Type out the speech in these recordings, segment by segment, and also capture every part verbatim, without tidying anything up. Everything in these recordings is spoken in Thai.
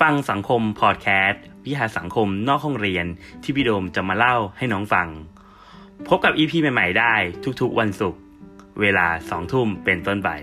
ฟังสังคมพอดแคสต์วิชาสังคมนอกห้องเรียนที่พี่โดมจะมาเล่าให้น้องฟังพบกับ อี พี ใหม่ๆได้ทุกๆวันศุกร์เวลา สองทุ่มเป็นต้นไป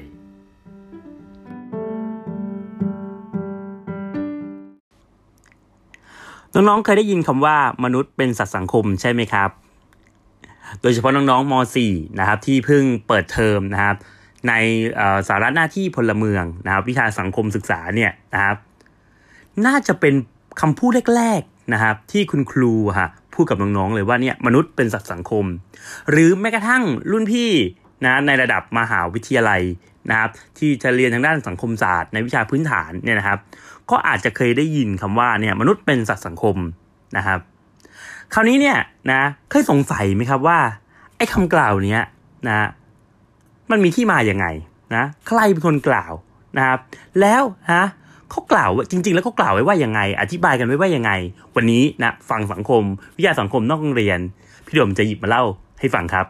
น้องๆเคยได้ยินคำว่ามนุษย์เป็นสัตว์สังคมใช่ไหมครับโดยเฉพาะน้องๆม.สี่ นะครับที่เพิ่งเปิดเทอมนะครับในสาระหน้าที่พลเมืองนะครับวิชาสังคมศึกษาเนี่ยนะครับน่าจะเป็นคำพูดแรกๆนะครับที่คุณครูฮะพูดกับน้องๆเลยว่าเนี่ยมนุษย์เป็นสัตว์สังคมหรือแม้กระทั่งรุ่นพี่นะในระดับมหาวิทยาลัยนะครับที่จะเรียนทางด้านสังคมศาสตร์ในวิชาพื้นฐานเนี่ยนะครับก็อาจจะเคยได้ยินคำว่าเนี่ยมนุษย์เป็นสัตว์สังคมนะครับคราวนี้เนี่ยนะเคยสงสัยไหมครับว่าไอ้คำกล่าวเนี้ยนะมันมีที่มาอย่างไงนะใครเป็นคนกล่าวนะครับแล้วฮะเขากล่าวว่าจริงๆแล้วเขากล่าวไว้ว่ายังไงอธิบายกันไว้ว่ายังไงวันนี้นะฟังสังคมวิทยาสังคมนอกโรงเรียนพี่โดมจะหยิบมาเล่าให้ฟังครับ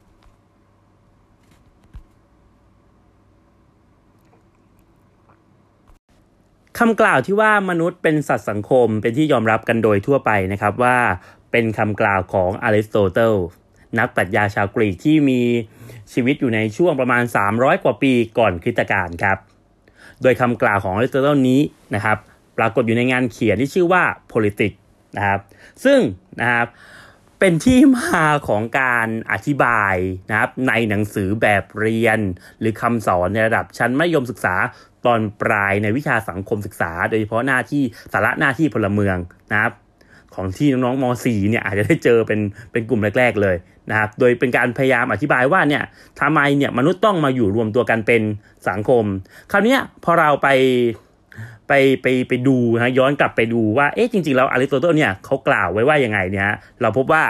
คำกล่าวที่ว่ามนุษย์เป็นสัตว์สังคมเป็นที่ยอมรับกันโดยทั่วไปนะครับว่าเป็นคำกล่าวของอริสโตเติลนักปรัชญาชาวกรีกที่มีชีวิตอยู่ในช่วงประมาณสามร้อยกว่าปีก่อนคริสตกาลครับโดยคำกล่าวของอริสโตเติลนี้นะครับปรากฏอยู่ในงานเขียนที่ชื่อว่า Politics นะครับซึ่งนะครับเป็นที่มาของการอธิบายนะครับในหนังสือแบบเรียนหรือคำสอนในระดับชั้นมัธยมศึกษาตอนปลายในวิชาสังคมศึกษาโดยเฉพาะหน้าที่สาระหน้าที่พลเมืองนะครับของที่น้องๆม.สี่ เนี่ยอาจจะได้เจอเป็นเป็นกลุ่มแรกๆเลยนะครับโดยเป็นการพยายามอธิบายว่าเนี่ยทำไมเนี่ยมนุษย์ต้องมาอยู่รวมตัวกันเป็นสังคมคราวนี้พอเราไปไปไปไปดูนะย้อนกลับไปดูว่าเอ๊ะจริงๆแล้วอริสโตเติลเนี่ยเขากล่าวไว้ว่ายังไงเนี่ยเราพบว่า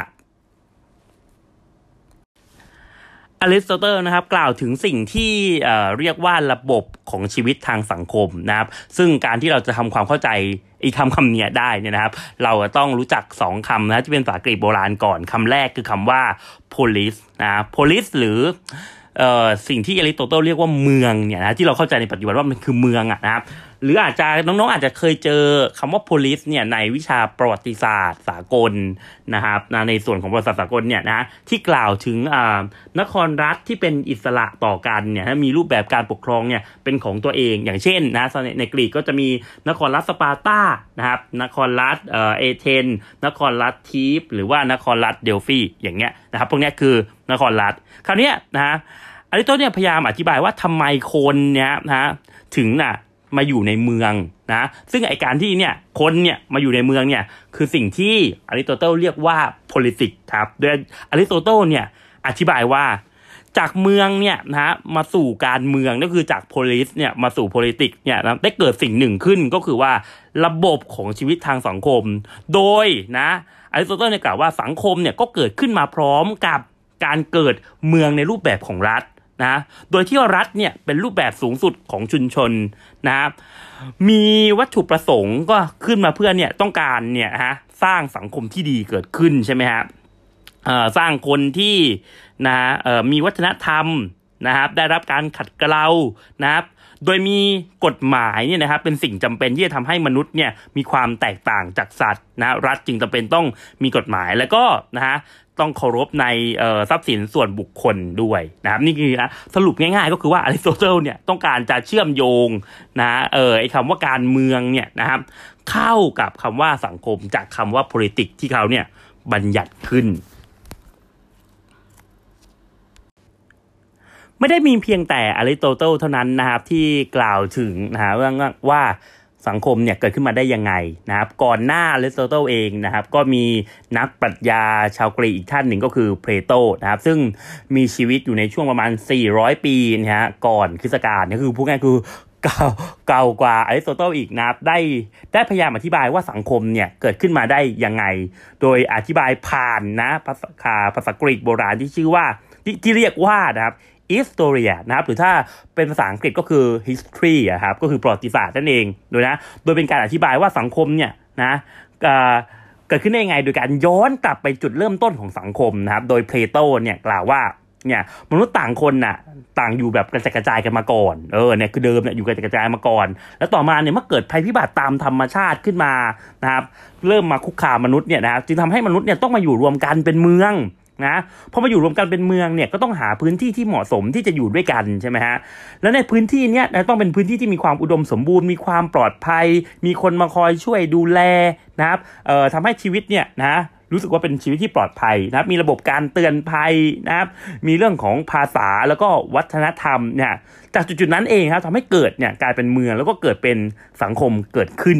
อริสโตเติลนะครับกล่าวถึงสิ่งที่เอ่อเรียกว่าระบบของชีวิตทางสังคมนะครับซึ่งการที่เราจะทำความเข้าใจอีกคำคำนี้ได้เนี่ยนะครับเราต้องรู้จักสองคำนะที่เป็นภาษากรีกโบราณก่อนคำแรกคือคำว่า polis นะ polis หรือเอ่อสิ่งที่อริสโตเติลเรียกว่าเมืองเนี่ยนะที่เราเข้าใจในปัจจุบันว่ามันคือเมืองอ่ะนะครับหรืออาจจะน้องๆอาจจะเคยเจอคำว่า polis เนี่ยในวิชาประวัติศาสตร์สากลนะครับในส่วนของประวัติศาสตร์สากลเนี่ยนะที่กล่าวถึงอ่านครรัฐที่เป็นอิสระต่อกันเนี่ยมีรูปแบบการปกครองเนี่ยเป็นของตัวเองอย่างเช่นนะในกรีกก็จะมีนครรัฐสปาร์ตานะครับนครรัฐเอ่อเอเธนนครรัฐทีฟหรือว่านครรัฐเดลฟีอย่างเงี้ยนะครับพวกนี้คือนครรัฐคราวนี้นะอริสโตเติลเนี่ยพยายามอธิบายว่าทำไมคนเนี่ยนะถึงน่ะมาอยู่ในเมืองนะซึ่งไอการที่เนี่ยคนเนี่ยมาอยู่ในเมืองเนี่ยคือสิ่งที่อริสโตเติลเรียกว่า politics ครับโดยอริสโตเติลเนี่ยอธิบายว่าจากเมืองเนี่ยนะฮะมาสู่การเมืองก็คือจาก polis เนี่ยมาสู่ politics เนี่ยนะได้เกิดสิ่งหนึ่งขึ้นก็คือว่าระบบของชีวิตทางสังคมโดยนะอริสโตเติลเนี่ยกล่าวว่าสังคมเนี่ยก็เกิดขึ้นมาพร้อมกับการเกิดเมืองในรูปแบบของรัฐนะโดยที่รัฐเนี่ยเป็นรูปแบบสูงสุดของชุมชนนะครับมีวัตถุประสงค์ก็ขึ้นมาเพื่อเนี่ยต้องการเนี่ยฮะสร้างสังคมที่ดีเกิดขึ้นใช่ไหมฮะเอ่อสร้างคนที่นะเอ่อมีวัฒนธรรมนะครับได้รับการขัดเกลานะครับโดยมีกฎหมายเนี่ยนะครับเป็นสิ่งจำเป็นที่จะทำให้มนุษย์เนี่ยมีความแตกต่างจากสัตว์นะรัฐจึงจำเป็นต้องมีกฎหมายแล้วก็นะฮะต้องเคารพในเอ่อทรัพย์สินส่วนบุคคลด้วยนะครับนี่คือสรุปง่ายๆก็คือว่าอริสโตเติลเนี่ยต้องการจะเชื่อมโยงนะเออไอ้คำว่าการเมืองเนี่ยนะครับเข้ากับคำว่าสังคมจากคำว่า politics ที่เขาเนี่ยบัญญัติขึ้นไม่ได้มีเพียงแต่อริสโตเติลเท่านั้นนะครับที่กล่าวถึงนะฮะว่าว่าสังคมเนี่ยเกิดขึ้นมาได้ยังไงนะครับก่อนหน้าอริสโตเติลเองนะครับก็มีนักปรัชญาชาวกรีกอีกท่านหนึ่งก็คือเพลโตนะครับซึ่งมีชีวิตอยู่ในช่วงประมาณสี่ร้อยปีนะฮะก่อนคริสตกาลนี่คือพูดง่ายคือเก่าเก่ากว่าอริสโตเติลอีกนะครับได้ได้พยายามอธิบายว่าสังคมเนี่ยเกิดขึ้นมาได้ยังไงโดยอธิบายผ่านนะภาษาภาษากรีกโบราณที่ชื่อว่าที่ที่เรียกว่านะครับHistoria นะครับหรือถ้าเป็นภาษาอังกฤษก็คือ history อ่ะครับก็คือประวัติศาสตร์นั่นเองโดยนะโดยเป็นการอธิบายว่าสังคมเนี่ยนะเอ่อเกิดขึ้นได้ยังไงโดยการย้อนกลับไปจุดเริ่มต้นของสังคมนะครับโดยเพลโตเนี่ยกล่าวว่าเนี่ยมนุษย์ต่างคนน่ะต่างอยู่แบบกระจายกระจายกันมาก่อนเออเนี่ยคือเดิมเนี่ยอยู่กระจายกระจายมาก่อนแล้วต่อมาเนี่ยเมื่อเกิดภัยพิบัติตามธรรมชาติขึ้นมานะครับเริ่มมาคุกคามมนุษย์เนี่ยนะครับจึงทำให้มนุษย์เนี่ยต้องมาอยู่รวมกันเป็นเมืองนะพอมาอยู่รวมกันเป็นเมืองเนี่ยก็ต้องหาพื้นที่ที่เหมาะสมที่จะอยู่ด้วยกันใช่ไหมฮะแล้วในพื้นที่เนี้ยต้องเป็นพื้นที่ที่มีความอุดมสมบูรณ์มีความปลอดภัยมีคนมาคอยช่วยดูแลนะครับเอ่อทำให้ชีวิตเนี่ยนะรู้สึกว่าเป็นชีวิตที่ปลอดภัยนะครับมีระบบการเตือนภัยนะครับมีเรื่องของภาษาแล้วก็วัฒนธรรมเนี่ยจากจุดๆนั้นเองครับทำให้เกิดเนี่ยกลายเป็นเมืองแล้วก็เกิดเป็นสังคมเกิดขึ้น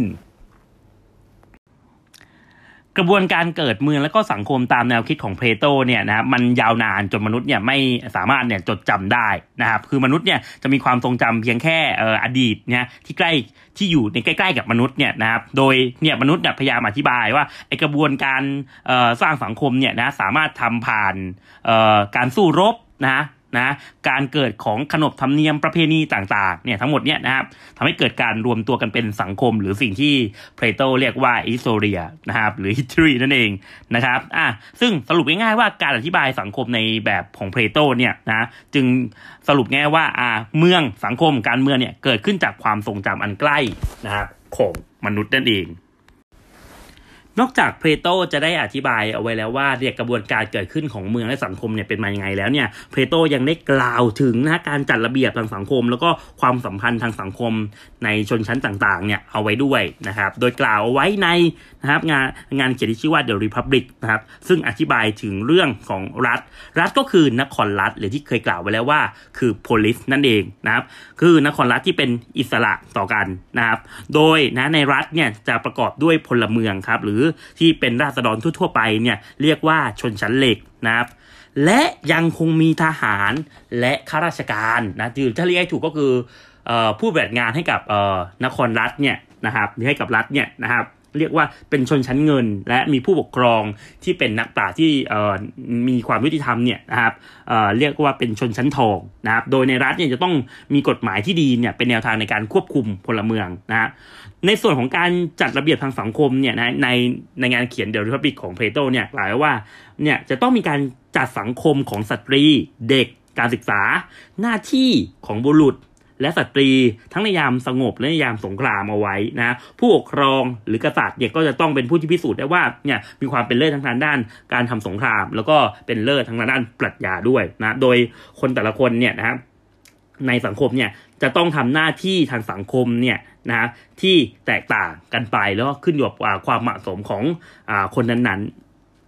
กระบวนการเกิดเมืองแล้วก็สังคมตามแนวคิดของเพลโตเนี่ยนะมันยาวนานจนมนุษย์เนี่ยไม่สามารถเนี่ยจดจำได้นะครับคือมนุษย์เนี่ยจะมีความทรงจำเพียงแค่เอ่ออดีตเนี่ยที่ใกล้ที่อยู่ในใกล้ๆกับมนุษย์เนี่ยนะครับโดยเนี่ยมนุษย์เนี่ยพยายามอธิบายว่าไอกระบวนการเอ่อสร้างสังคมเนี่ยนะสามารถทำผ่านเอ่อการสู้รบนะนะการเกิดของขนบธรรมเนียมประเพณีต่างๆเนี่ยทั้งหมดเนี่ยนะครับทำให้เกิดการรวมตัวกันเป็นสังคมหรือสิ่งที่เพลโตเรียกว่า Historia นะครับหรือ History นั่นเองนะครับอ่ะซึ่งสรุปง่ายๆว่าการอธิบายสังคมในแบบของเพลโตเนี่ยนะจึงสรุปง่ายว่าอ่ะเมืองสังคมการเมืองเนี่ยเกิดขึ้นจากความทรงจำอันใกล้นะครับของมนุษย์นั่นเองนอกจากเพลโตจะได้อธิบายเอาไว้แล้วว่าเนี่ยกระบวนการเกิดขึ้นของเมืองและสังคมเนี่ยเป็นมายังไงแล้วเนี่ยเพลโตยังได้กล่าวถึงนะการจัดระเบียบทางสังคมแล้วก็ความสัมพันธ์ทางสังคมในชนชั้นต่างๆเนี่ยเอาไว้ด้วยนะครับโดยกล่าวเอาไว้ในนะครับงานงานเขียนที่ชื่อว่า The Republic นะครับซึ่งอธิบายถึงเรื่องของรัฐรัฐก็คือนครรัฐหรือที่เคยกล่าวไว้แล้วว่าคือ polis นั่นเองนะครับคือนครรัฐที่เป็นอิสระต่อกันนะครับโดยนะในรัฐเนี่ยจะประกอบด้วยพลเมืองครับหรือที่เป็นราษฎรทั่วๆไปเนี่ยเรียกว่าชนชั้นเหล็กนะครับและยังคงมีทหารและข้าราชการนะหรือถ้าเรียกให้ถูกก็คือเอ่อผู้ปฏิบัติงานให้กับเอ่อนครรัฐเนี่ยนะครับหรือให้กับรัฐเนี่ยนะครับเรียกว่าเป็นชนชั้นเงินและมีผู้ปกครองที่เป็นนักปราชญ์ที่เอ่อมีความยุติธรรมเนี่ยนะครับเอ่อเรียกว่าเป็นชนชั้นทองนะครับโดยในรัฐเนี่ยจะต้องมีกฎหมายที่ดีเนี่ยเป็นแนวทางในการควบคุมพลเมืองนะฮะในส่วนของการจัดระเบียบทางสังคมเนี่ยนะในในงานเขียน The Republic ของเพลโตเนี่ยกล่าวไว้ว่าเนี่ยจะต้องมีการจัดสังคมของสตรีเด็กการศึกษาหน้าที่ของบุรุษและสตรีทั้งในยามสงบและในยามสงครามเอาไว้นะผู้ปกครองหรือกษัตริย์เนี่ยก็จะต้องเป็นผู้ที่พิสูจน์ได้ว่าเนี่ยมีความเป็นเลิศทางด้านการทำสงครามแล้วก็เป็นเลิศทางด้านปรัชญาด้วยนะโดยคนแต่ละคนเนี่ยนะครับในสังคมเนี่ยจะต้องทำหน้าที่ทางสังคมเนี่ยนะที่แตกต่างกันไปแล้วก็ขึ้นอยู่กับความเหมาะสมของอ่าคนนั้นๆ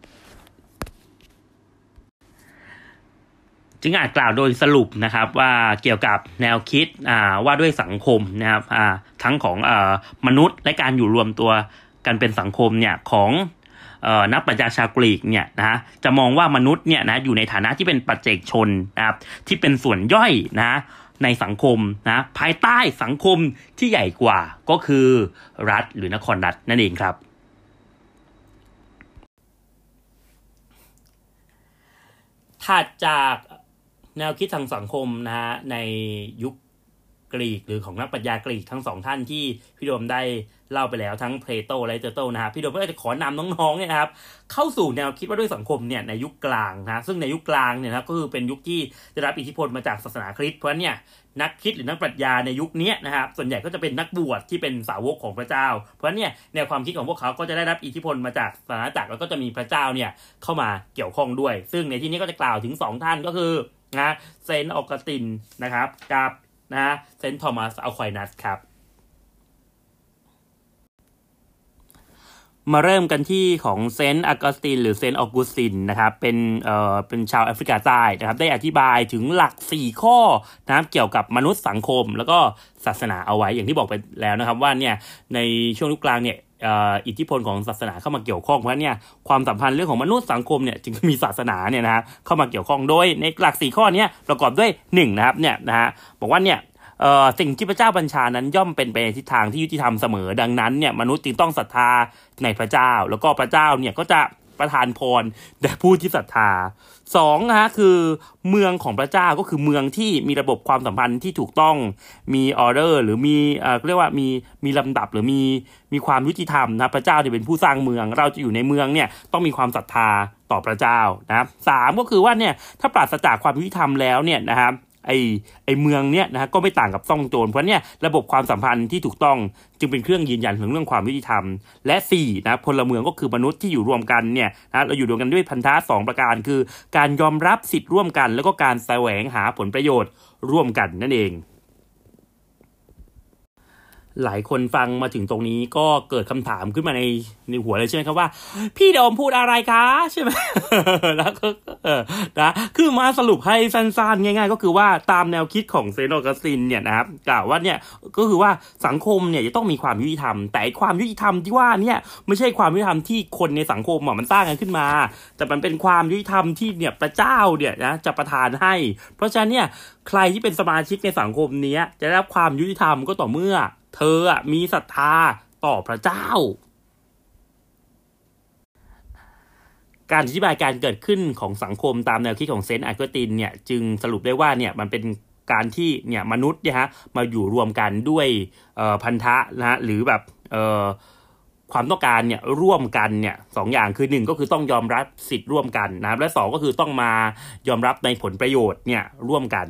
จึงอาจกล่าวโดยสรุปนะครับว่าเกี่ยวกับแนวคิดอ่าว่าด้วยสังคมนะครับอ่าทั้งของอ่ามนุษย์และการอยู่รวมตัวกันเป็นสังคมเนี่ยของเอ่อนักปรัชญาชาวกรีกเนี่ยนะจะมองว่ามนุษย์เนี่ยนะอยู่ในฐานะที่เป็นปัจเจกชนนะครับที่เป็นส่วนย่อยนะในสังคมนะภายใต้สังคมที่ใหญ่กว่าก็คือรัฐหรือนครรัฐนั่นเองครับถัดจากแนวคิดทางสังคมนะฮะในยุคกรีกหรือของนักปรัชญากรีกทั้งสองท่านที่พี่โดมได้เล่าไปแล้วทั้งเพลโตและเจโตนะฮะพี่โดมก็จะขอนำน้องๆเนี่ยนะครับเข้าสู่แนวคิดว่าด้วยสังคมเนี่ยในยุคกลางนะซึ่งในยุคกลางเนี่ยนะก็คือเป็นยุคที่ได้รับอิทธิพลมาจากศาสนาคริสต์เพราะเนี่ยนักคิดหรือนักปรัชญาในยุคนี้นะครับส่วนใหญ่ก็จะเป็นนักบวชที่เป็นสาวกของพระเจ้าเพราะเนี่ยแนวความคิดของพวกเขาก็จะได้รับอิทธิพลมาจากศาสนาจักรแล้วก็จะมีพระเจ้าเนี่ยเข้ามาเกี่ยวข้องด้วยซึ่งในที่นี้ก็จะกล่าวถึงสองท่านก็คือนะเซนต์ออกัสตินนะครับกับนะเซนต์ทอมัสอัลควายนัสครับมาเริ่มกันที่ของเซนต์ออกัสตินหรือเซนต์ออกุสตินนะครับเป็นเอ่อเป็นชาวแอฟริกาใต้นะครับได้อธิบายถึงหลักสี่ข้อนะครับเกี่ยวกับมนุษย์สังคมแล้วก็ศาสนาเอาไว้อย่างที่บอกไปแล้วนะครับว่าเนี่ยในช่วงยุคกลางเนี่ยอิทธิพลของศาสนาเข้ามาเกี่ยวข้องเพราะเนี่ยความสัมพันธ์เรื่องของมนุษย์สังคมเนี่ยจึงมีศาสนาเนี่ยนะฮะเข้ามาเกี่ยวข้องโดยในหลักสี่ข้อนี้ประกอบด้วยหนึ่งนะครับเนี่ยนะฮะบอกว่าเนี่ยเอ่อสิ่งที่พระเจ้าบัญชานั้นย่อมเป็นไปในทิศทางที่ยุติธรรมเสมอดังนั้นเนี่ยมนุษย์จึงต้องศรัทธาในพระเจ้าแล้วก็พระเจ้าเนี่ยก็จะประทานพรแด่ผู้ที่ศรัทธาสองนะฮะคือเมืองของพระเจ้าก็คือเมืองที่มีระบบความสัมพันธ์ที่ถูกต้องมีออเดอร์หรือมีเอ่อเรียกว่ามีมีลำดับหรือมีมีความยุติธรรมนะพระเจ้าจะเป็นผู้สร้างเมืองเราจะอยู่ในเมืองเนี่ยต้องมีความศรัทธาต่อพระเจ้านะครับสามก็คือว่าเนี่ยถ้าปราศจากความยุติธรรมแล้วเนี่ยนะครับไอไอเมืองเนี่ยนะฮะก็ไม่ต่างกับซ่องโจรเพราะเนี่ยระบบความสัมพันธ์ที่ถูกต้องจึงเป็นเครื่องยืนยันถึงเรื่องความยุติธรรมและสี่นะพลเมืองก็คือมนุษย์ที่อยู่รวมกันเนี่ยนะเราอยู่รวมกันด้วยพันธะสองประการคือการยอมรับสิทธิ์ร่วมกันแล้วก็การแสวงหาผลประโยชน์ร่วมกันนั่นเองหลายคนฟังมาถึงตรงนี้ก็เกิดคำถามขึ้นมาในในหัวเลยใช่ไหมครับว่าพี่โดมพูดอะไรคะใช่ไหม แล้วก็นะคือมาสรุปให้สั้นๆง่ายๆก็คือว่าตามแนวคิดของเซนต์ออกัสตินเนี่ยนะครับกล่าวว่าเนี่ยก็คือว่าสังคมเนี่ยจะต้องมีความยุติธรรมแต่ความยุติธรรมที่ว่าเนี่ยไม่ใช่ความยุติธรรมที่คนในสังคมมันสร้างกันขึ้นมาแต่มันเป็นความยุติธรรมที่เนี่ยพระเจ้าเนี่ยนะจะประทานให้เพราะฉะนั้นเนี่ยใครที่เป็นสมาชิกในสังคมนี้จะได้รับความยุติธรรมก็ต่อเมื่อเธออะมีศรัทธาต่อพระเจ้าการอธิบายการเกิดขึ้นของสังคมตามแนวคิดของเซนต์อากวตินเนี่ยจึงสรุปได้ว่าเนี่ยมันเป็นการที่เนี่ยมนุษย์เนี่ยฮะมาอยู่รวมกันด้วยเอ่อพันธะนะฮะหรือแบบเอ่อความต้องการเนี่ยร่วมกันเนี่ยสองอย่างคือหนึ่งก็คือต้องยอมรับสิทธิ์ร่วมกันนะครับและสองก็คือต้องมายอมรับในผลประโยชน์เนี่ยร่วมกัน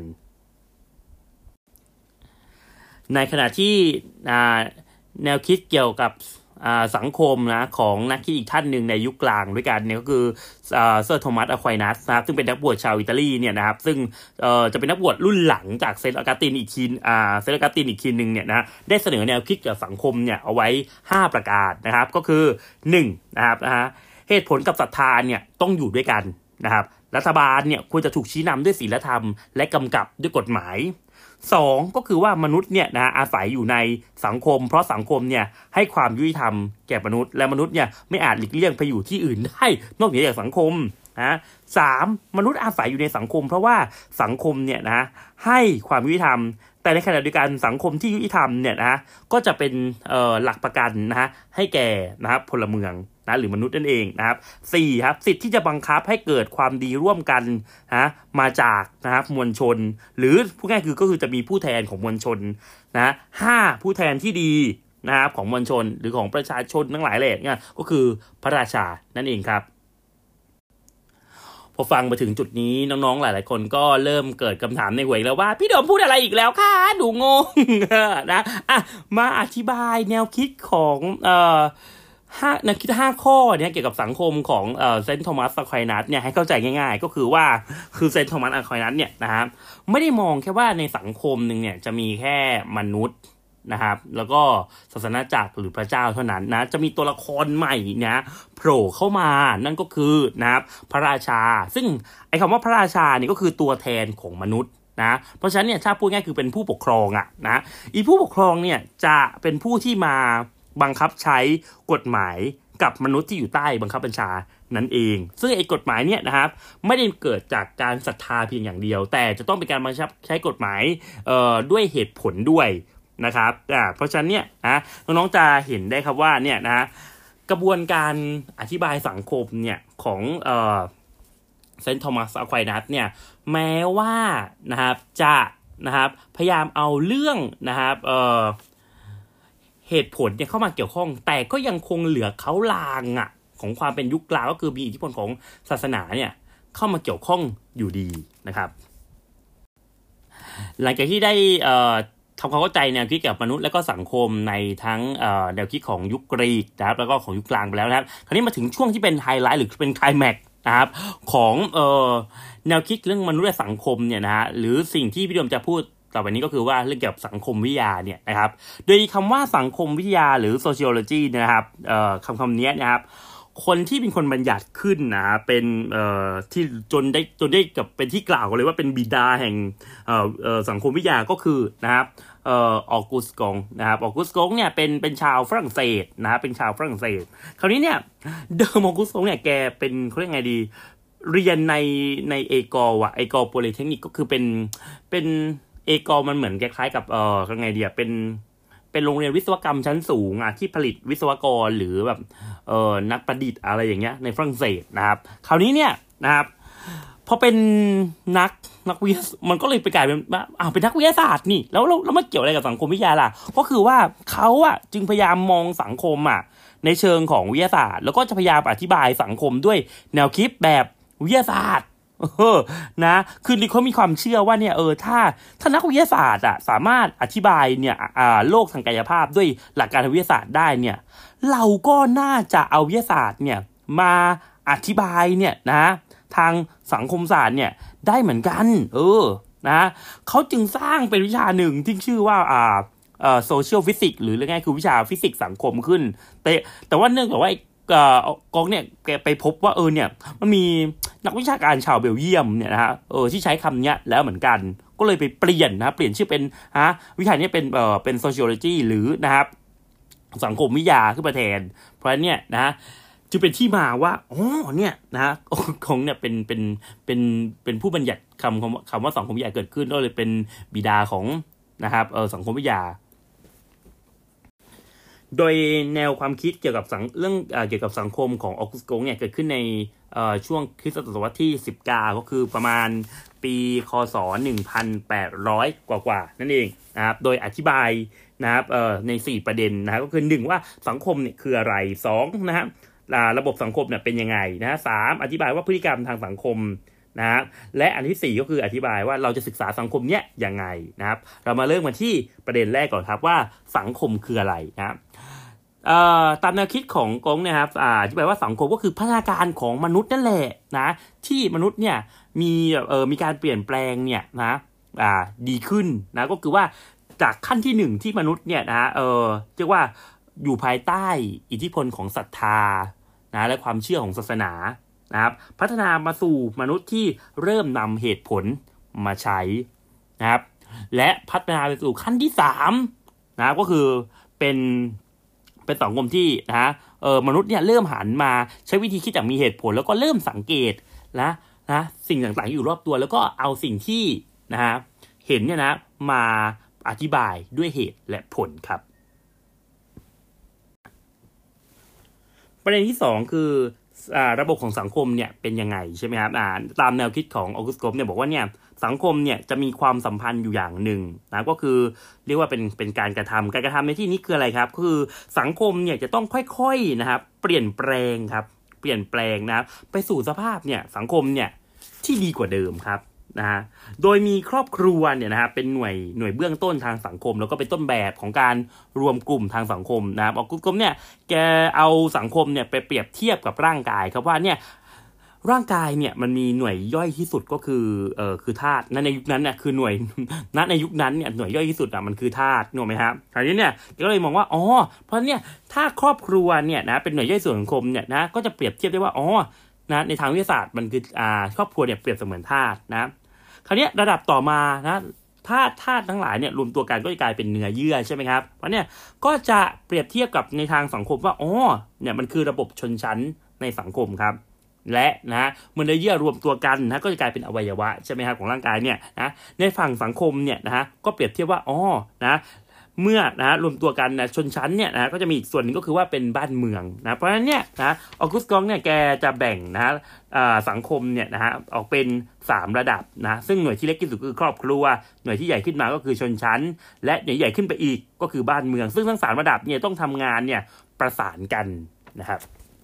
ในขณะที่แนวคิดเกี่ยวกับสังคมนะของนักคิดอีกท่านหนึ่งในยุคกลางด้วยกันเนี่ยก็คือเซอร์โทมัสอะควายนัสนะครับซึ่งเป็นนักบวชชาวอิตาลีเนี่ยนะครับซึ่งจะเป็นนักบวชรุ่นหลังจากเซนต์ออกัสตินอีกทีเซนต์ออกัสตินอีกทีนึงเนี่ยนะได้เสนอแนวคิดเกี่ยวกับสังคมเนี่ยเอาไว้ห้าประการนะครับก็คือหนึ่งนะครับนะฮะเหตุผลกับศรัทธาเนี่ยต้องอยู่ด้วยกันนะครับรัฐบาลเนี่ยควรจะถูกชี้นำด้วยศีลธรรมและกำกับด้วยกฎหมายสองก็คือว่ามนุษย์เนี่ยนะอาศัยอยู่ในสังคมเพราะสังคมเนี่ยให้ความยุติธรรมแก่มนุษย์และมนุษย์เนี่ยไม่อาจหลีกเลี่ยงไปอยู่ที่อื่นได้นอกเหนือจากสังคมนะสามมนุษย์อาศัยอยู่ในสังคมเพราะว่าสังคมเนี่ยนะให้ความยุติธรรมแต่ในขณะเดียวกันสังคมที่ยุติธรรมเนี่ยนะก็จะเป็นเอ่อหลักประกันนะฮะให้แก่นะครับพลเมืองนะหรือมนุษย์นั่นเองนะครับสี่ครับสิทธิ์ที่จะบังคับให้เกิดความดีร่วมกันนะมาจากนะครับมวลชนหรือพูดง่ายคือก็คือจะมีผู้แทนของมวลชนนะห้าผู้แทนที่ดีนะครับของมวลชนหรือของประชาชนทั้งหลายแหล่เนี่ยก็คือพระราชานั่นเองครับพอฟังมาถึงจุดนี้น้องๆหลายๆคนก็เริ่มเกิดคำถามในหัวแล้วว่าพี่โดมพูดอะไรอีกแล้วคะดูงงนะอ่ะมาอธิบายแนวคิดของเอ่อห้าแนวคิดห้าข้อเนี่ยเกี่ยวกับสังคมของเอ่อเซนต์โทมัสอะควายนัสเนี่ยให้เข้าใจง่ายๆก็คือว่าคือเซนต์โทมัสอะควายนัสเนี่ยนะครับไม่ได้มองแค่ว่าในสังคมนึงเนี่ยจะมีแค่มนุษย์นะครับแล้วก็ศาสนาจักรหรือพระเจ้าเท่านั้นนะจะมีตัวละครใหม่นะโผล่เข้ามานั่นก็คือนะครับพระราชาซึ่งไอ้คำว่าพระราชานี่ก็คือตัวแทนของมนุษย์นะเพราะฉะนั้นเนี่ยถ้าพูดง่ายคือเป็นผู้ปกครองอ่ะนะอีผู้ปกครองเนี่ยจะเป็นผู้ที่มาบังคับใช้กฎหมายกับมนุษย์ที่อยู่ใต้บังคับบัญชานั่นเองซึ่งไอ้กฎหมายเนี่ยนะครับไม่ได้เกิดจากการศรัทธาเพียงอย่างเดียวแต่จะต้องเป็นการบังคับใช้กฎหมายเอ่อด้วยเหตุผลด้วยนะครับอ่าเพราะฉะนั้นเนี่ยนะน้องๆจะเห็นได้ครับว่าเนี่ยนะกระบวนการอธิบายสังคมเนี่ยของเอ่อเซนต์โทมัสอะควายนัสเนี่ยแม้ว่านะครับจะนะครับพยายามเอาเรื่องนะครับเอ่อเหตุผลเนี่ยเข้ามาเกี่ยวข้องแต่ก็ยังคงเหลือเขาลางอ่ะของความเป็นยุคกลางก็คือมีอิทธิพลของศาสนาเนี่ยเข้ามาเกี่ยวข้องอยู่ดีนะครับหลังจากที่ได้เอ่อทำความเข้าใจแนวคิดเกี่ยวกับมนุษย์และก็สังคมในทั้งแนวคิดของยุคกรีกนะครับแล้วก็ของยุคกลางไปแล้วนะครับคราวนี้มาถึงช่วงที่เป็นไฮไลท์หรือเป็นไคลแม็กซ์นะครับของเอ่อแนวคิดเรื่องมนุษย์และสังคมเนี่ยนะฮะหรือสิ่งที่พี่โดมจะพูดต่อไปนี้ก็คือว่าเรื่องเกี่ยวกับสังคมวิทยาเนี่ยนะครับโดยคำว่าสังคมวิทยาหรือ sociology นะครับเอ่อคำคำนี้นะครับคนที่เป็นคนบัญญัติขึ้นนะเป็นเอ่อที่จนได้จนได้กับเป็นที่กล่าวกันเลยว่าเป็นบิดาแห่งเอ่อเอ่อสังคมวิทยาก็คือนะครับเอ่อออกุสกงนะครับออกุสกงเนี่ยเป็นเป็นชาวฝรั่งเศสนะครับเป็นชาวฝรั่งเศสคราวนี้เนี่ยเดิมออกุสกงเนี่ยแกเป็นเขาเรียกไงดีเรียนในในเอกอลอะเอกอลโพลิเทคนิคก็คือเป็นเป็นเอกอลมันเหมือนคล้ายๆกับเอ่อยังไงดีอะเป็นเเป็นโรงเรียนวิศวกรรมชั้นสูงอ่ะที่ผลิตวิศวกรหรือแบบเอ่อนักประดิษฐ์อะไรอย่างเงี้ยในฝรั่งเศสนะครับคราวนี้เนี่ยนะครับพอเป็นนักนักวิทยามันก็เลยไปกลายเป็นว่าอ้าวเป็นนักวิทยาศาสตร์นี่แล้วแล้วแล้วมันเกี่ยวอะไรกับสังคมวิทยาล่ะก็คือว่าเขาอ่ะจึงพยายามมองสังคมอ่ะในเชิงของวิทยาศาสตร์แล้วก็จะพยายามอธิบายสังคมด้วยแนวคิดแบบวิทยาศาสตร์เออนะคือเขามีความเชื่อว่าเนี่ยเออถ้าถ้านักวิทยาศาสตร์อ่ะสามารถอธิบายเนี่ยอ่าโลกทางกายภาพด้วยหลักการทางวิทยาศาสตร์ได้เนี่ยเราก็น่าจะเอาวิทยาศาสตร์เนี่ยมาอธิบายเนี่ยนะทางสังคมศาสตร์เนี่ยได้เหมือนกันเออนะเขาจึงสร้างเป็นวิชาหนึ่งที่ชื่อว่าอ่าเอ่อโซเชียลฟิสิกส์หรือเรื่องง่ายคือวิชาฟิสิกส์สังคมขึ้นแต่แต่ว่าเนื่องจากว่าเอ่อกองเนี่ยแกไปพบว่าเออเนี่ยมันมีนักวิชาการชาวเบลเยียมเนี่ยนะฮะเออที่ใช้คำเนี้ยแล้วเหมือนกันก็เลยไปเปลี่ยนนะเปลี่ยนชื่อเป็นฮะวิชานี้เป็นเอ่อเป็น sociology หรือนะครับสังคมวิทยาขึ้นมาแทนเพราะฉะนั้นเนี่ยนะจึงเป็นที่มาว่าอ๋อเนี่ยนะของเนี่ยเป็นเป็นเป็นเป็นผู้บัญญัติคำคำคำว่าสังคมวิทยาเกิดขึ้นก็เลยเป็นบิดาของนะครับเออสังคมวิทยาโดยแนวความคิดเกี่ยวกับสังเรื่องเอ่อเกี่ยวกับสังคมของออกุสโกงเนี่ยเกิดขึ้นในเอ่อช่วงคริสตศตวรรษที่สิบเก้าก็คือประมาณปีคศหนึ่งพันแปดร้อยกว่าๆนั่นเองนะครับโดยอธิบายนะครับเอ่อในสี่ประเด็นนะครับก็คือหนึ่งว่าสังคมเนี่ยคืออะไรสองนะครับระบบสังคมเนี่ยเป็นยังไงนะสามอธิบายว่าพฤติกรรมทางสังคมนะและอันที่สี่ก็คืออธิบายว่าเราจะศึกษาสังคมเนี้ยยังไงนะครับเรามาเริ่มกันที่ประเด็นแรกก่อนครับว่าสังคมคืออะไรนะครับตามแนวคิดของกงเนี่ยครับอธิบายว่าสังคมก็คือพัฒนาการของมนุษย์นั่นแหละนะที่มนุษย์เนี่ยมีเอ่อมีการเปลี่ยนแปลงเนี่ยนะอ่าดีขึ้นนะก็คือว่าจากขั้นที่หนึ่งที่มนุษย์เนี่ยนะเออเรียกว่าอยู่ภายใต้อิทธิพลของศรัทธานะและความเชื่อของศาสนานะครับพัฒนามาสู่มนุษย์ที่เริ่มนำเหตุผลมาใช้นะครับและพัฒนาไปสู่ขั้นที่สามนะก็คือเป็นเป็นสังคมที่นะเออมนุษย์เนี่ยเริ่มหันมาใช้วิธีคิดอย่างมีเหตุผลแล้วก็เริ่มสังเกตนะนะสิ่งต่างๆอยู่รอบตัวแล้วก็เอาสิ่งที่นะฮะเห็นเนี่ยนะมาอธิบายด้วยเหตุและผลครับประเด็นที่สองคือระบบของสังคมเนี่ยเป็นยังไงใช่ไหมครับตามแนวคิดของออกุสโกมเนี่ยบอกว่าเนี่ยสังคมเนี่ยจะมีความสัมพันธ์อยู่อย่างหนึ่งนะก็คือเรียกว่าเป็นเป็นการกระทำการกระทำในที่นี้คืออะไรครับคือสังคมเนี่ยจะต้องค่อยๆนะครับเปลี่ยนแปลงครับเปลี่ยนแปลงนะครับไปสู่สภาพเนี่ยสังคมเนี่ยที่ดีกว่าเดิมครับนะฮะโดยมีครอบครัวเนี่ยนะครับเป็นหน่วยหน่วยเบื้องต้นทางสังคมแล้วก็เป็นต้นแบบของการรวมกลุ่มทางสังคมนะครับออกุสโกมเนี่ยแกเอาสังคมเนี่ยไปเปรียบเทียบกับร่างกายครับว่าเนี่ยร่างกายเนี่ยมันมีหน่วยย่อยที่สุดก็คือเอ่อคือธาตุนั่นในยุคนั้นเนี่ยคือหน่วยณในยุคนั้นเนี่ยหน่วยย่อยที่สุดอ่ะมันคือธาตุนึกออกไหมครับคราวนี้เนี่ยก็เลยมองว่าอ๋อเพราะเนี่ยถ้าครอบครัวเนี่ยนะเป็นหน่วยย่อยส่วนสังคมเนี่ยนะก็จะเปรียบเทียบได้ว่าอ๋อนะในทางวิทยาศาสตร์มันคืออ่าครอบครัวเนี่ยเปรียบเสมือนธาตุนะคราวนี้ระดับต่อมานะธาตุธาตุทั้งหลายเนี่ยรวมตัวกันก็จะกลายเป็นเนื้อเยื่อใช่ไหมครับเพราะเนี่ยก็จะเปรียบเทียบกับในทางสังคมว่าอ๋อเนี่ยมันคือระบบชนชั้นในสังคมครับและนะเมื่อเนื้อเยื่อรวมตัวกันนะก็จะกลายเป็นอวัยวะใช่ไหมครับของร่างกายเนี่ยนะในฝั่งสังคมเนี่ยนะฮะก็เปรียบเทียบว่าอ๋อนะเมื่อนะรวมตัวกันนะชนชั้นเนี่ยนะก็จะมีอีกส่วนหนึ่งก็คือว่าเป็นบ้านเมืองนะเพราะฉะนั้นเนี่ยนะออกุสโกงเนี่ยแกจะแบ่งนะสังคมเนี่ยนะฮะออกเป็นสามระดับนะซึ่งหน่วยที่เล็กที่สุดคือครอบครัวหน่วยที่ใหญ่ขึ้นมาก็คือชนชั้นและหน่วยใหญ่ขึ้นไปอีกก็คือบ้านเมืองซึ่งทั้งสามระดับเนี่ยต้องทำงานเนี่ยประสานกันนะครับ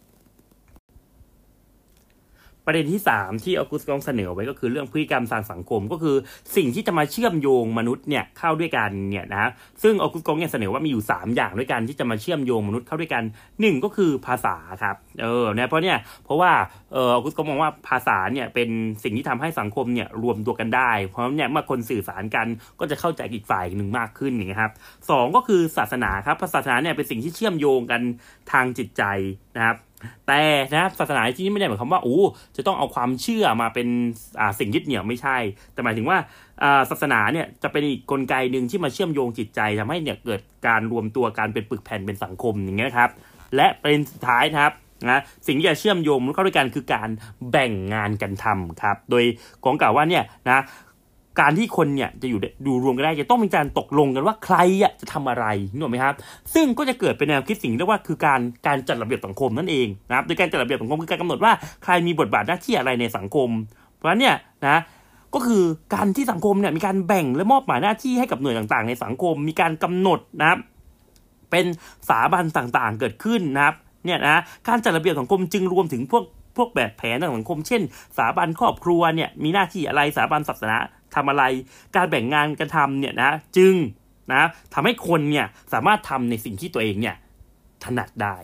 ประเด็นที่สามที่ออกุสโกงเสนอไว้ก็คือเรื่องพฤติกรรมทางสังคมก็คือสิ่งที่จะมาเชื่อมโยงมนุษย์เนี่ยเข้าด้วยกันเนี่ยนะซึ่งออกุสโกงเนี่ยเสนอว่ามีอยู่สามอย่างด้วยกันที่จะมาเชื่อมโยงมนุษย์เข้าด้วยกันหนึ่งก็คือภาษาครับเออเนี่ยเพราะเนี่ยเพราะว่าเออออกุสโกงมองว่าภาษาเนี่ยเป็นสิ่งที่ทำให้สังคมเนี่ยรวมตัวกันได้เพราะเนี่ยเมื่อคนสื่อสารกันก็จะเข้าใจอีกฝ่ายหนึ่งมากขึ้นอย่างเงี้ยครับสองก็คือศาสนาครับศาสนาเนี่ยเป็นสิ่งที่เชื่อมโยงกันทางจิตใจนะครับแต่นะศาสนาที่นี่ไม่ได้หมายความว่าโอ้จะต้องเอาความเชื่อมาเป็นอ่าสิ่งยึดเหนี่ยวไม่ใช่แต่หมายถึงว่าอ่าศาสนาเนี่ยจะเป็นอีกกลไกหนึ่งที่มาเชื่อมโยงจิตใจทำให้เนี่ยเกิดการรวมตัวการเป็นปึกแผ่นเป็นสังคมอย่างเงี้ยครับและเป็นสุดท้ายนะครับนะสิ่งที่จะเชื่อมโยงมันเข้าด้วยกันคือการแบ่งงานกันทำครับโดยกองกล่าวว่าเนี่ยนะการที่คนเนี่ยจะอยู่ดูรวมกันได้จะต้องมีการตกลงกันว่าใครอ่ะจะทำอะไรนึกออกไหมครับซึ่งก็จะเกิดเป็นแนวคิดสิ่งเรียกว่าคือการการจัดระเบียบสังคมนั่นเองนะครับโดยการจัดระเบียบสังคมคือการกำหนดว่าใครมีบทบาทหน้าที่อะไรในสังคมเพราะฉะนั้นเนี่ยนะก็คือการที่สังคมเนี่ยมีการแบ่งและมอบหมายหน้าที่ให้กับหน่วยต่างๆในสังคมมีการกำหนดนะครับเป็นสถาบันต่างๆเกิดขึ้นนะครับเนี่ยนะการจัดระเบียบสังคมจึงรวมถึงพวกพวกแบบแผนทางสังคมเช่นสถาบันครอบครัวเนี่ยมีหน้าที่อะไรสถาบันศาสนาทำอะไรการแบ่งงานกันทำเนี่ยนะจึงนะทำให้คนเนี่ยสามารถทำในสิ่งที่ตัวเองเนี่ยถนัดได้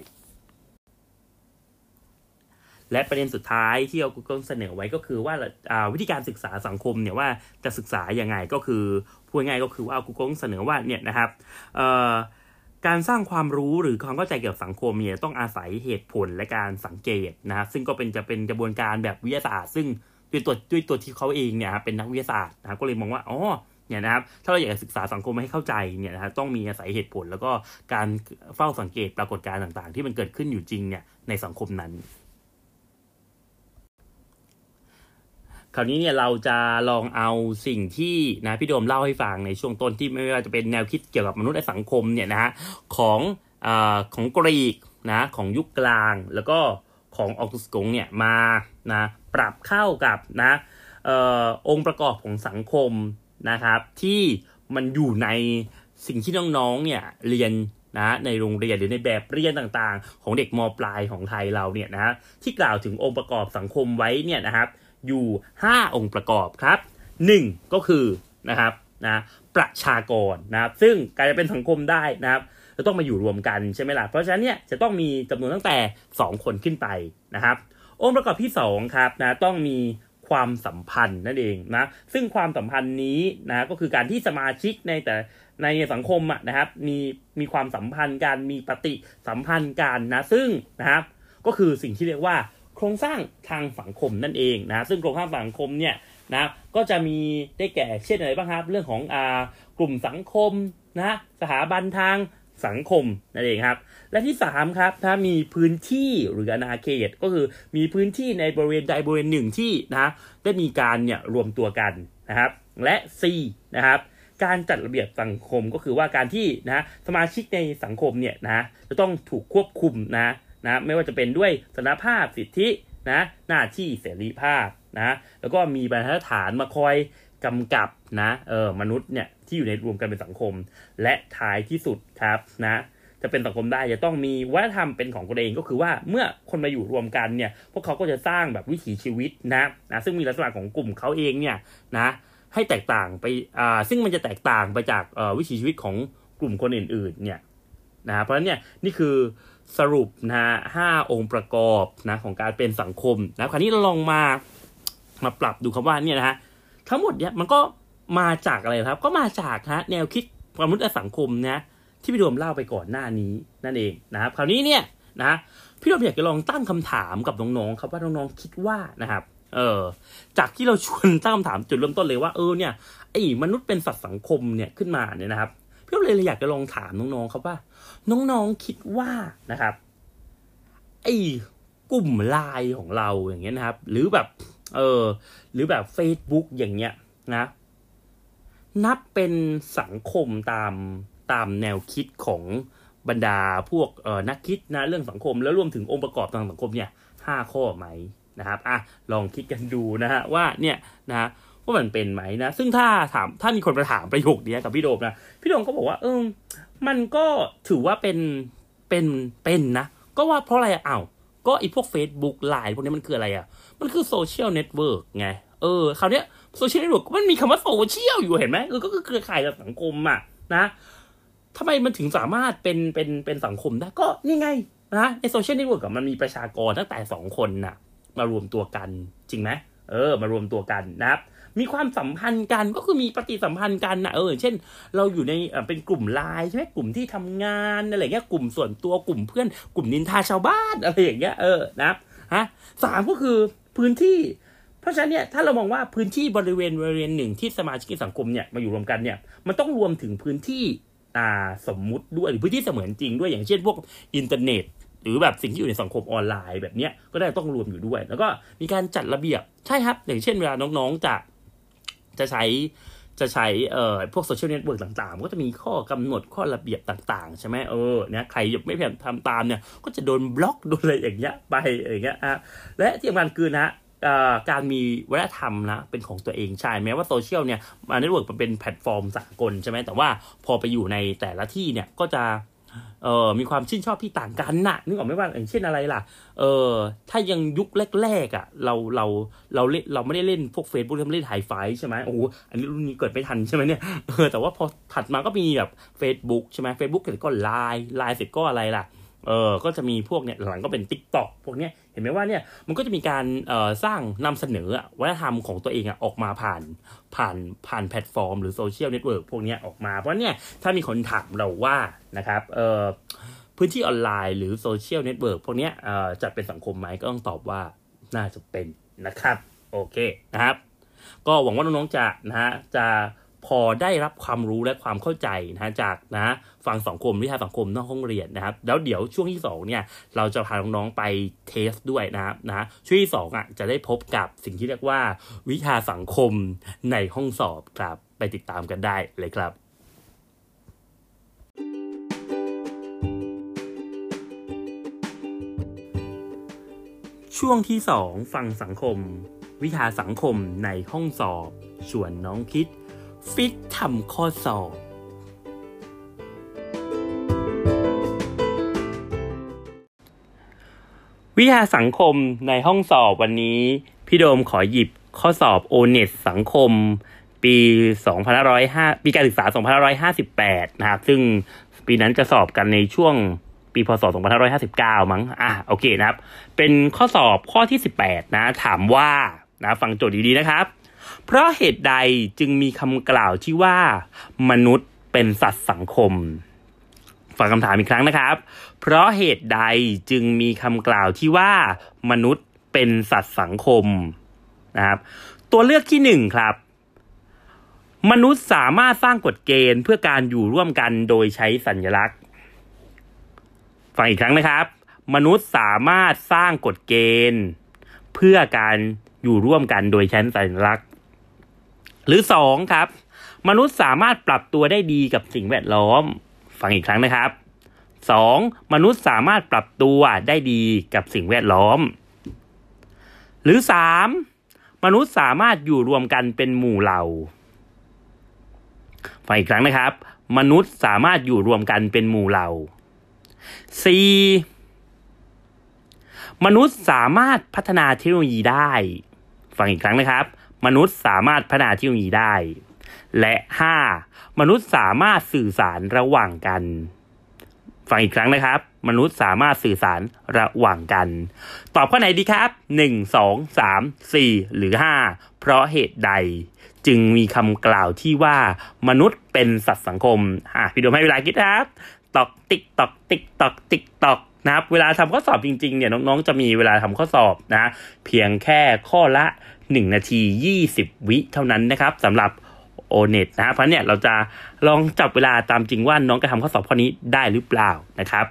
และประเด็นสุดท้ายที่เรา Google เสนอไว้ก็คือว่าวิธีการศึกษาสังคมเนี่ยว่าจะศึกษายังไงก็คือพูดง่ายก็คือว่า Google เสนอว่าเนี่ยนะครับการสร้างความรู้หรือความเข้าใจเกี่ยวกับสังคมเนี่ยต้องอาศัยเหตุผลและการสังเกตนะครับซึ่งก็เป็นจะเป็นกระบวนการแบบวิทยาศาสตร์ซึ่งด้วยตัวด้วยตัวที่เขาเองเนี่ยเป็นนักวิทยาศาสตร์นะครับก็เลยมองว่าอ๋อเนี่ยนะครับถ้าเราอยากจะศึกษาสังคมให้เข้าใจเนี่ยนะต้องมีอาศัยเหตุผลแล้วก็การเฝ้าสังเกตปรากฏการณ์ต่างๆที่มันเกิดขึ้นอยู่จริงเนี่ยในสังคมนั้นคราวนี้เนี่ยเราจะลองเอาสิ่งที่นะพี่โดมเล่าให้ฟังในช่วงต้นที่ไม่ว่าจะเป็นแนวคิดเกี่ยวกับมนุษย์และสังคมเนี่ยนะฮะของอ่าของกรีกนะของยุคกลางแล้วก็ของออกุสตงเนี่ยมานะปรับเข้ากับนะเอ่อองค์ประกอบของสังคมนะครับที่มันอยู่ในสิ่งที่น้องๆเนี่ยเรียนนะในโรงเรียนหรือในแบบเรียนต่างๆของเด็กม.ปลายของไทยเราเนี่ยนะที่กล่าวถึงองค์ประกอบสังคมไว้เนี่ยนะครับอยู่ห้าองค์ประกอบครับหนึ่งก็คือนะครับนะประชากรนะครับซึ่งการจะเป็นสังคมได้นะครับจะต้องมาอยู่รวมกันใช่ไหมล่ะเพราะฉะนั้นเนี่ยจะต้องมีจำนวนตั้งแต่สองคนขึ้นไปนะครับองค์ประกอบที่สองครับนะต้องมีความสัมพันธ์นั่นเองนะซึ่งความสัมพันธ์นี้นะก็คือการที่สมาชิกในแต่ในสังคมอ่ะนะครับมีมีความสัมพันธ์กันมีปฏิสัมพันธ์กันนะซึ่งนะครับก็คือสิ่งที่เรียกว่าโครงสร้างทางสังคมนั่นเองนะซึ่งโครงสร้างสังคมเนี่ยนะก็จะมีได้แก่เช่นอะไรบ้างครับเรื่องของอ่ากลุ่มสังคมนะสถาบันทางสังคมนั่นเองครับและที่สามครับถ้ามีพื้นที่หรืออาณาเขตก็คือมีพื้นที่ในบริเวณใดบริเวณหนึ่งที่นะได้มีการเนี่ยรวมตัวกันนะครับและ C นะครับการจัดระเบียบสังคมก็คือว่าการที่นะสมาชิกในสังคมเนี่ยนะจะต้องถูกควบคุมนะนะไม่ว่าจะเป็นด้วยสถาภาพสิทธินะหน้าที่เสรีภาพนะแล้วก็มีบรรทัดฐานมาคอยกำกับนะเออมนุษย์เนี่ยที่อยู่ในรวมกันเป็นสังคมและท้ายที่สุดครับนะจะเป็นสังคมได้จะต้องมีวัฒนธรรมเป็นของตัวเองก็คือว่าเมื่อคนมาอยู่รวมกันเนี่ยพวกเขาก็จะสร้างแบบวิถีชีวิตนะนะซึ่งมีลักษณะของกลุ่มเขาเองเนี่ยนะให้แตกต่างไปอ่าซึ่งมันจะแตกต่างไปจากเอ่อวิถีชีวิตของกลุ่มคนอื่นๆเนี่ยนะเพราะฉะนั้นเนี่ยนี่คือสรุปนะห้าองค์ประกอบนะของการเป็นสังคมนะคราวนี้เราลองมามาปรับดูครับว่าเนี่ยนะฮะทั้งหมดเนี่ยมันก็มาจากอะไรครับก็มาจากฮะแนวคิดมนุษย์และสังคมนะที่พี่โดมเล่าไปก่อนหน้านี้นั่นเองนะครับคราวนี้เนี่ยนะพี่โดมอยากจะลองตั้งคำถามกับน้องๆครับว่าน้องๆคิดว่านะครับเออจากที่เราชวนตั้งคำถามจุดเริ่มต้นเลยว่าเออเนี่ยไอ้มนุษย์เป็นสัตว์สังคมเนี่ยขึ้นมาเนี่ยนะครับพี่ก็เลยอยากจะลองถามน้องๆครับว่าน้องๆคิดว่านะครับไอ้กลุ่มไลน์ของเราอย่างเงี้ยนะครับหรือแบบเออหรือแบบ Facebook อย่างเงี้ยนะนับเป็นสังคมตามตามแนวคิดของบรรดาพวกเอ่อนักคิดนะเรื่องสังคมแล้วรวมถึงองค์ประกอบทางสังคมเนี่ยห้าข้อไหมนะครับอ่ะลองคิดกันดูนะฮะว่าเนี่ยนะว่ามันเป็นไหมนะซึ่งถ้าถามถ้ามีคนมาถามประโยคนี้กับพี่โดมนะพี่โดมก็บอกว่าเออมันก็ถือว่าเป็นเป็นเป็นนะก็ว่าเพราะอะไรอ่ะอ้าวก็ไอ้พวก Facebook ไลน์พวกนี้มันคืออะไรอ่ะมันคือโซเชียลเน็ตเวิร์กไงเออคราวเนี้ยโซเชียลเน็ตเวิร์กมันมีคำว่าโซเชียลอยู่เห็นไหมเออก็คือเครือข่ายกับสังคมอ่ะนะทำไมมันถึงสามารถเป็นเป็นเป็นสังคมได้ก็นี่ไงนะในโซเชียลเน็ตเวิร์กมันมีประชากรตั้งแต่สองคนน่ะมารวมตัวกันจริงไหมเออมารวมตัวกันนะครับมีความสัมพันธ์กันก็คือมีปฏิสัมพันธ์กันนะเออเช่นเราอยู่ในเอ่อเป็นกลุ่มไลน์ใช่ไหมกลุ่มที่ทำงานอะไรเงี้ยกลุ่มส่วนตัวกลุ่มเพื่อนกลุ่มนินทาชาวบ้านอะไรอย่างเงี้ยเออนะฮะสามก็คือพื้นที่เพราะฉะนั้นเนี่ยถ้าเรามองว่าพื้นที่บริเวณบริเวณหนึ่งที่สมาชิกสังคมเนี่ยมาอยู่รวมกันเนี่ยมันต้องรวมถึงพื้นที่อ่าสมมุติด้วยหรือพื้นที่เสมือนจริงด้วยอย่างเช่นพวกอินเทอร์เน็ตหรือแบบสิ่งที่อยู่ในสังคมออนไลน์แบบเนี้ยก็ได้ต้องรวมอยู่ด้วยแล้วก็มีการจัดระเบียบใช่ครับอย่างเช่นเวลาน้องๆจะจะใช้จะใช้เอ่อพวกโซเชียลเน็ตเวิร์กต่างๆก็จะมีข้อกำหนดข้อระเบียบต่างๆใช่ไหมเออเนี่ยใครไม่พยายามทำตามเนี่ยก็จะโดนบล็อกโดนอะไรอย่างเงี้ยไปอย่างเงี้ยอ่ะและที่สำคัญคือนะการมีวัฒนธรรมนะเป็นของตัวเองใช่แม้ว่าโซเชียลเนี่ยมาเน็ตเวิร์กมันเป็นแพลตฟอร์มสากลใช่ไหมแต่ว่าพอไปอยู่ในแต่ละที่เนี่ยก็จะเอ่อมีความชื่นชอบที่ต่างกันน่ะนึกออกไหมว่าอย่างเช่นอะไรล่ะเออถ้ายังยุคแรกๆอ่ะเราเราเราเล่นเราไม่ได้เล่นพวก Facebook เราไม่ได้ถ่ายไฟใช่ไหมโอ้โหอันนี้รุ่นนี้เกิดไม่ทันใช่ไหมเนี่ยเออแต่ว่าพอถัดมาก็มีแบบ Facebook ใช่ไหม Facebook เสร็จก็ไลน์ไลน์เสร็จก็อะไรล่ะเออก็จะมีพวกเนี่ยหลังก็เป็น TikTok พวกเนี้ยเห็นไหมว่าเนี่ยมันก็จะมีการเอ่อสร้างนำเสนอวัฒนธรรมของตัวเองอ่ะออกมาผ่านผ่านผ่านแพลตฟอร์มหรือโซเชียลเน็ตเวิร์กพวกเนี้ยออกมาเพราะเนี่ยถ้ามีคนถามเราว่านะครับเอ่อพื้นที่ออนไลน์หรือโซเชียลเน็ตเวิร์กพวกเนี้ยเอ่อจะเป็นสังคมไหมก็ต้องตอบว่าน่าจะเป็นนะครับโอเคนะครับก็หวังว่าน้องๆจะนะฮะจะพอได้รับความรู้และความเข้าใจนะฮะจากนะฟังสังคมวิชาสังคมนอกห้องเรียนนะครับแล้วเดี๋ยวช่วงที่สองเนี่ยเราจะพาน้องๆไปเทสด้วยนะครับนะช่วงที่สองอ่ะจะได้พบกับสิ่งที่เรียกว่าวิชาสังคมในห้องสอบครับไปติดตามกันได้เลยครับช่วงที่สองฟังสังคมวิชาสังคมในห้องสอบชวนน้องคิดฟิตทำข้อสอบวิชาสังคมในห้องสอบวันนี้พี่โดมขอหยิบข้อสอบ โอ เน็ต สังคมปีสองพันห้าร้อยห้าปีการศึกษาสองพันห้าร้อยห้าสิบแปดนะครับซึ่งปีนั้นจะสอบกันในช่วงปีพ.ศ. สองพันห้าร้อยห้าสิบเก้ามั้งอ่ะโอเคนะครับเป็นข้อสอบข้อที่สิบแปดนะถามว่านะฟังโจทย์ดีๆนะครับเพราะเหตุใดจึงมีคำกล่าวที่ว่ามนุษย์เป็นสัตว์สังคมฟังคำถามอีกครั้งนะครับเพราะเหตุใดจึงมีคำกล่าวที่ว่ามนุษย์เป็นสัตว์สังคมนะครับตัวเลือกที่หนึ่งครับมนุษย์สามารถสร้างกฎเกณฑ์เพื่อการอยู่ร่วมกันโดยใช้สัญลักษณ์ฟังอีกครั้งนะครับมนุษย์สามารถสร้างกฎเกณฑ์เพื่อการอยู่ร่วมกันโดยใช้สัญลักษณ์หรือสองครับมนุษย์สามารถปรับตัวได้ดีกับสิ่งแวดล้อมฟังอีกครั้งนะครับสองมนุษย์สามารถปรับตัวได้ดีกับสิ่งแวดล้อมหรือสามมนุษย์สามารถอยู่รวมกันเป็นหมู่เหล่าฟังอีกครั้งนะครับมนุษย์สามารถอยู่รวมกันเป็นหมู่เหล่าสี่มนุษย์สามารถพัฒนาเทคโนโลยีได้ฟังอีกครั้งนะครับมนุษย์สามารถพัฒนาเทคโนโลยีได้และห้ามนุษย์สามารถสื่อสารระหว่างกันฟังอีกครั้งนะครับมนุษย์สามารถสื่อสารระหว่างกันตอบข้อไหนดีครับหนึ่ง สอง สาม สี่หรือห้าเพราะเหตุใดจึงมีคำกล่าวที่ว่ามนุษย์เป็นสัตว์สังคมอ่ะพี่โดมให้เวลาคิดครับตอกติ๊กตอกติ๊กตอกติ๊กตอกนะครับเวลาทำข้อสอบจริงๆเนี่ยน้องๆจะมีเวลาทำข้อสอบนะเพียงแค่ข้อละหนึ่งนาทียี่สิบวิเท่านั้นนะครับสำหรับ โอ เน็ต นะเพราะเนี่ยเราจะลองจับเวลาตามจริงว่าน้องจะทำข้อสอบข้อนี้ได้หรือเปล่านะครับ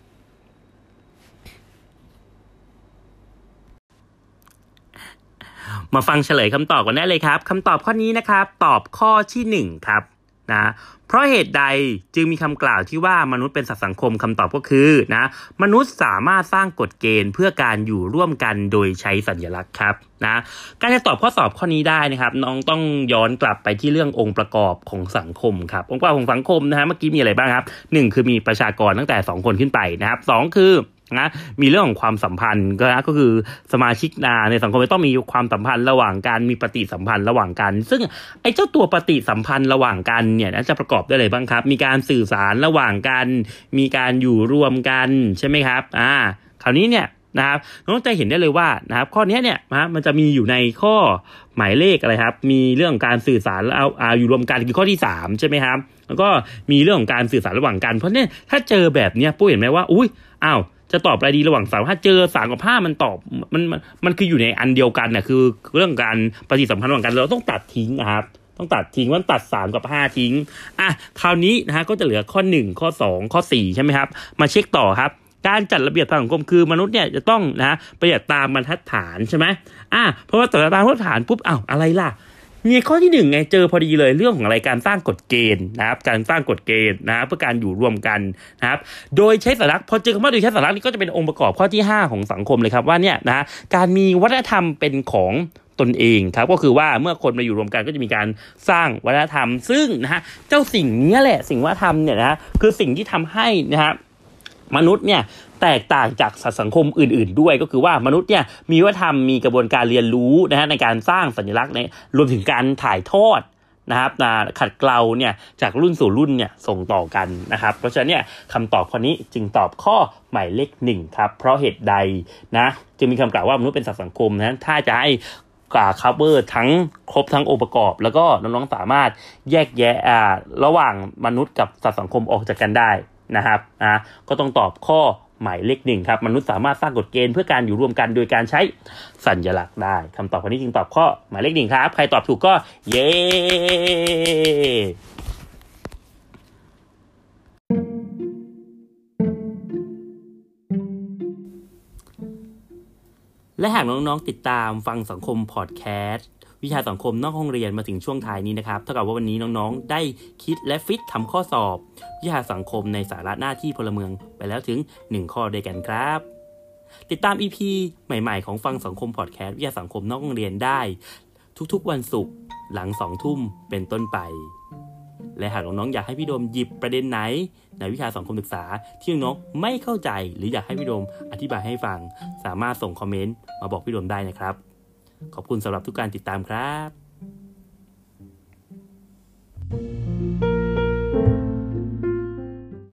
มาฟังเฉลยคำตอบกันได้เลยครับคำตอบข้อนี้นะครับตอบข้อที่หนึ่งครับนะเพราะเหตุใดจึงมีคำกล่าวที่ว่ามนุษย์เป็นสัตว์สังคมคำตอบก็คือนะมนุษย์สามารถสร้างกฎเกณฑ์เพื่อการอยู่ร่วมกันโดยใช้สัญลักษณ์ครับนะการจะตอบข้อสอบข้อนี้ได้นะครับน้องต้องย้อนกลับไปที่เรื่ององค์ประกอบของสังคมครับองค์ประกอบของสังคมนะฮะเมื่อกี้มีอะไรบ้างครับหนึ่งคือมีประชากรตั้งแต่สองคนขึ้นไปนะครับสองคือนะมีเรื่องของความสัมพันธ์ก็นะก็คือสมาชิกนาในสังคมต้องมีความสัมพันธ์ระหว่างกันมีปฏิสัมพันธ์ระหว่างกันซึ่งไอ้เจ้าตัวปฏิสัมพันธ์ระหว่างกันเนี่ยนะจะประกอบด้วยอะไรบ้างครับมีการสื่อสารระหว่างกันมีการอยู่รวมกันใช่ไหมครับอ่าคราวนี้เนี่ยนะครับน้องจะเห็นได้เลยว่านะครับข้อนี้เนี่ยนะมันจะมีอยู่ในข้อหมายเลขอะไรครับมีเรื่องการสื่อสารเอาเอาอยู่รวมกันคือข้อที่สามใช่ไหมครับแล้วก็มีเรื่องของการสื่อสารระหว่างกันเพราะเนี่ยถ้าเจอแบบเนี้ยปุ้ยเห็นไหมว่าอุ้ยอ้าวจะตอบอะไรดีระหว่างสามถ้าเจอสามกับห้ามันตอบมันมันมันคืออยู่ในอันเดียวกันน่ะคือเรื่องการปฏิสัมพันธ์ระหว่างกันเราต้องตัดทิ้งนะครับต้องตัดทิ้งว่าตัดสามกับห้าทิ้งอ่ะคราวนี้นะฮะก็จะเหลือข้อหนึ่งข้อสองข้อสี่ใช่ไหมครับมาเช็คต่อครับการจัดระเบียบทางสังคมคือมนุษย์เนี่ยจะต้องนะปฏิบัติตามบรรทัดฐานใช่ไหมอ่ะเพราะว่าแต่ตามบรรทัดฐานปุ๊บอ้าวอะไรล่ะมีข้อที่หนึ่งไงเจอพอดีเลยเรื่องของอะไรการสร้างกฎเกณฑ์นะครับการสร้างกฎเกณฑ์นะครับเพื่อการอยู่รวมกันนะครับโดยใช้สัญลักษณ์พอเจอคำว่าโดยใช้สัญลักษณ์นี่ก็จะเป็นองค์ประกอบข้อที่ห้าของสังคมเลยครับว่าเนี่ยนะการมีวัฒนธรรมเป็นของตนเองครับก็คือว่าเมื่อคนมาอยู่รวมกันก็จะมีการสร้างวัฒนธรรมซึ่งนะฮะเจ้าสิ่งนี้แหละสิ่งวัฒนธรรมเนี่ยนะคือสิ่งที่ทำให้นะฮะมนุษย์เนี่ยแตกต่างจากสัตว์สังคมอื่นๆด้วยก็คือว่ามนุษย์เนี่ยมีวัฒนธรรมมีกระบวนการเรียนรู้นะฮะในการสร้างสัญลักษณ์ในรวมถึงการถ่ายทอดนะครับขัดเกลาเนี่ยจากรุ่นสู่รุ่นเนี่ยส่งต่อกันนะครับเพราะฉะนั้นเนี่ยคำตอบข้อนี้จึงตอบข้อหมายเลขหนึ่งครับเพราะเหตุใดนะจึงมีคำกล่าวว่ามนุษย์เป็นสัตว์สังคมนะถ้าจะให้cover ทั้งครบทั้งองค์ประกอบแล้วก็น้องๆสามารถแยกแยะอ่าระหว่างมนุษย์กับสัตว์สังคมออกจากกันได้นะครับนะก็ต้องตอบข้อหมายเลขหนึ่งครับมนุษย์สามารถสร้างกฎเกณฑ์เพื่อการอยู่ร่วมกันโดยการใช้สัญลักษณ์ได้คำตอบข้อนี้จึงตอบข้อหมายเลขหนึ่งครับใครตอบถูกก็เย้และหากน้องๆติดตามฟังสังคมพอดแคสต์วิชาสังคมนอกห้องเรียนมาถึงช่วงท้ายนี้นะครับเท่ากับว่าวันนี้น้องๆได้คิดและฟิตทำข้อสอบวิชาสังคมในสาระหน้าที่พลเมืองไปแล้วถึงหนึ่งข้อด้วยกันครับติดตาม อี พี ใหม่ๆของฟังสังคมพอดแคสต์วิชาสังคมนอกห้องเรียนได้ทุกๆวันศุกร์หลังสองทุ่มเป็นต้นไปและหากน้องๆอยากให้พี่โดมหยิบประเด็นไหนในวิชาสังคมศึกษาที่น้องๆไม่เข้าใจหรืออยากให้พี่โดมอธิบายให้ฟังสามารถส่งคอมเมนต์มาบอกพี่โดมได้นะครับขอบคุณสำหรับทุกการติดตามครับ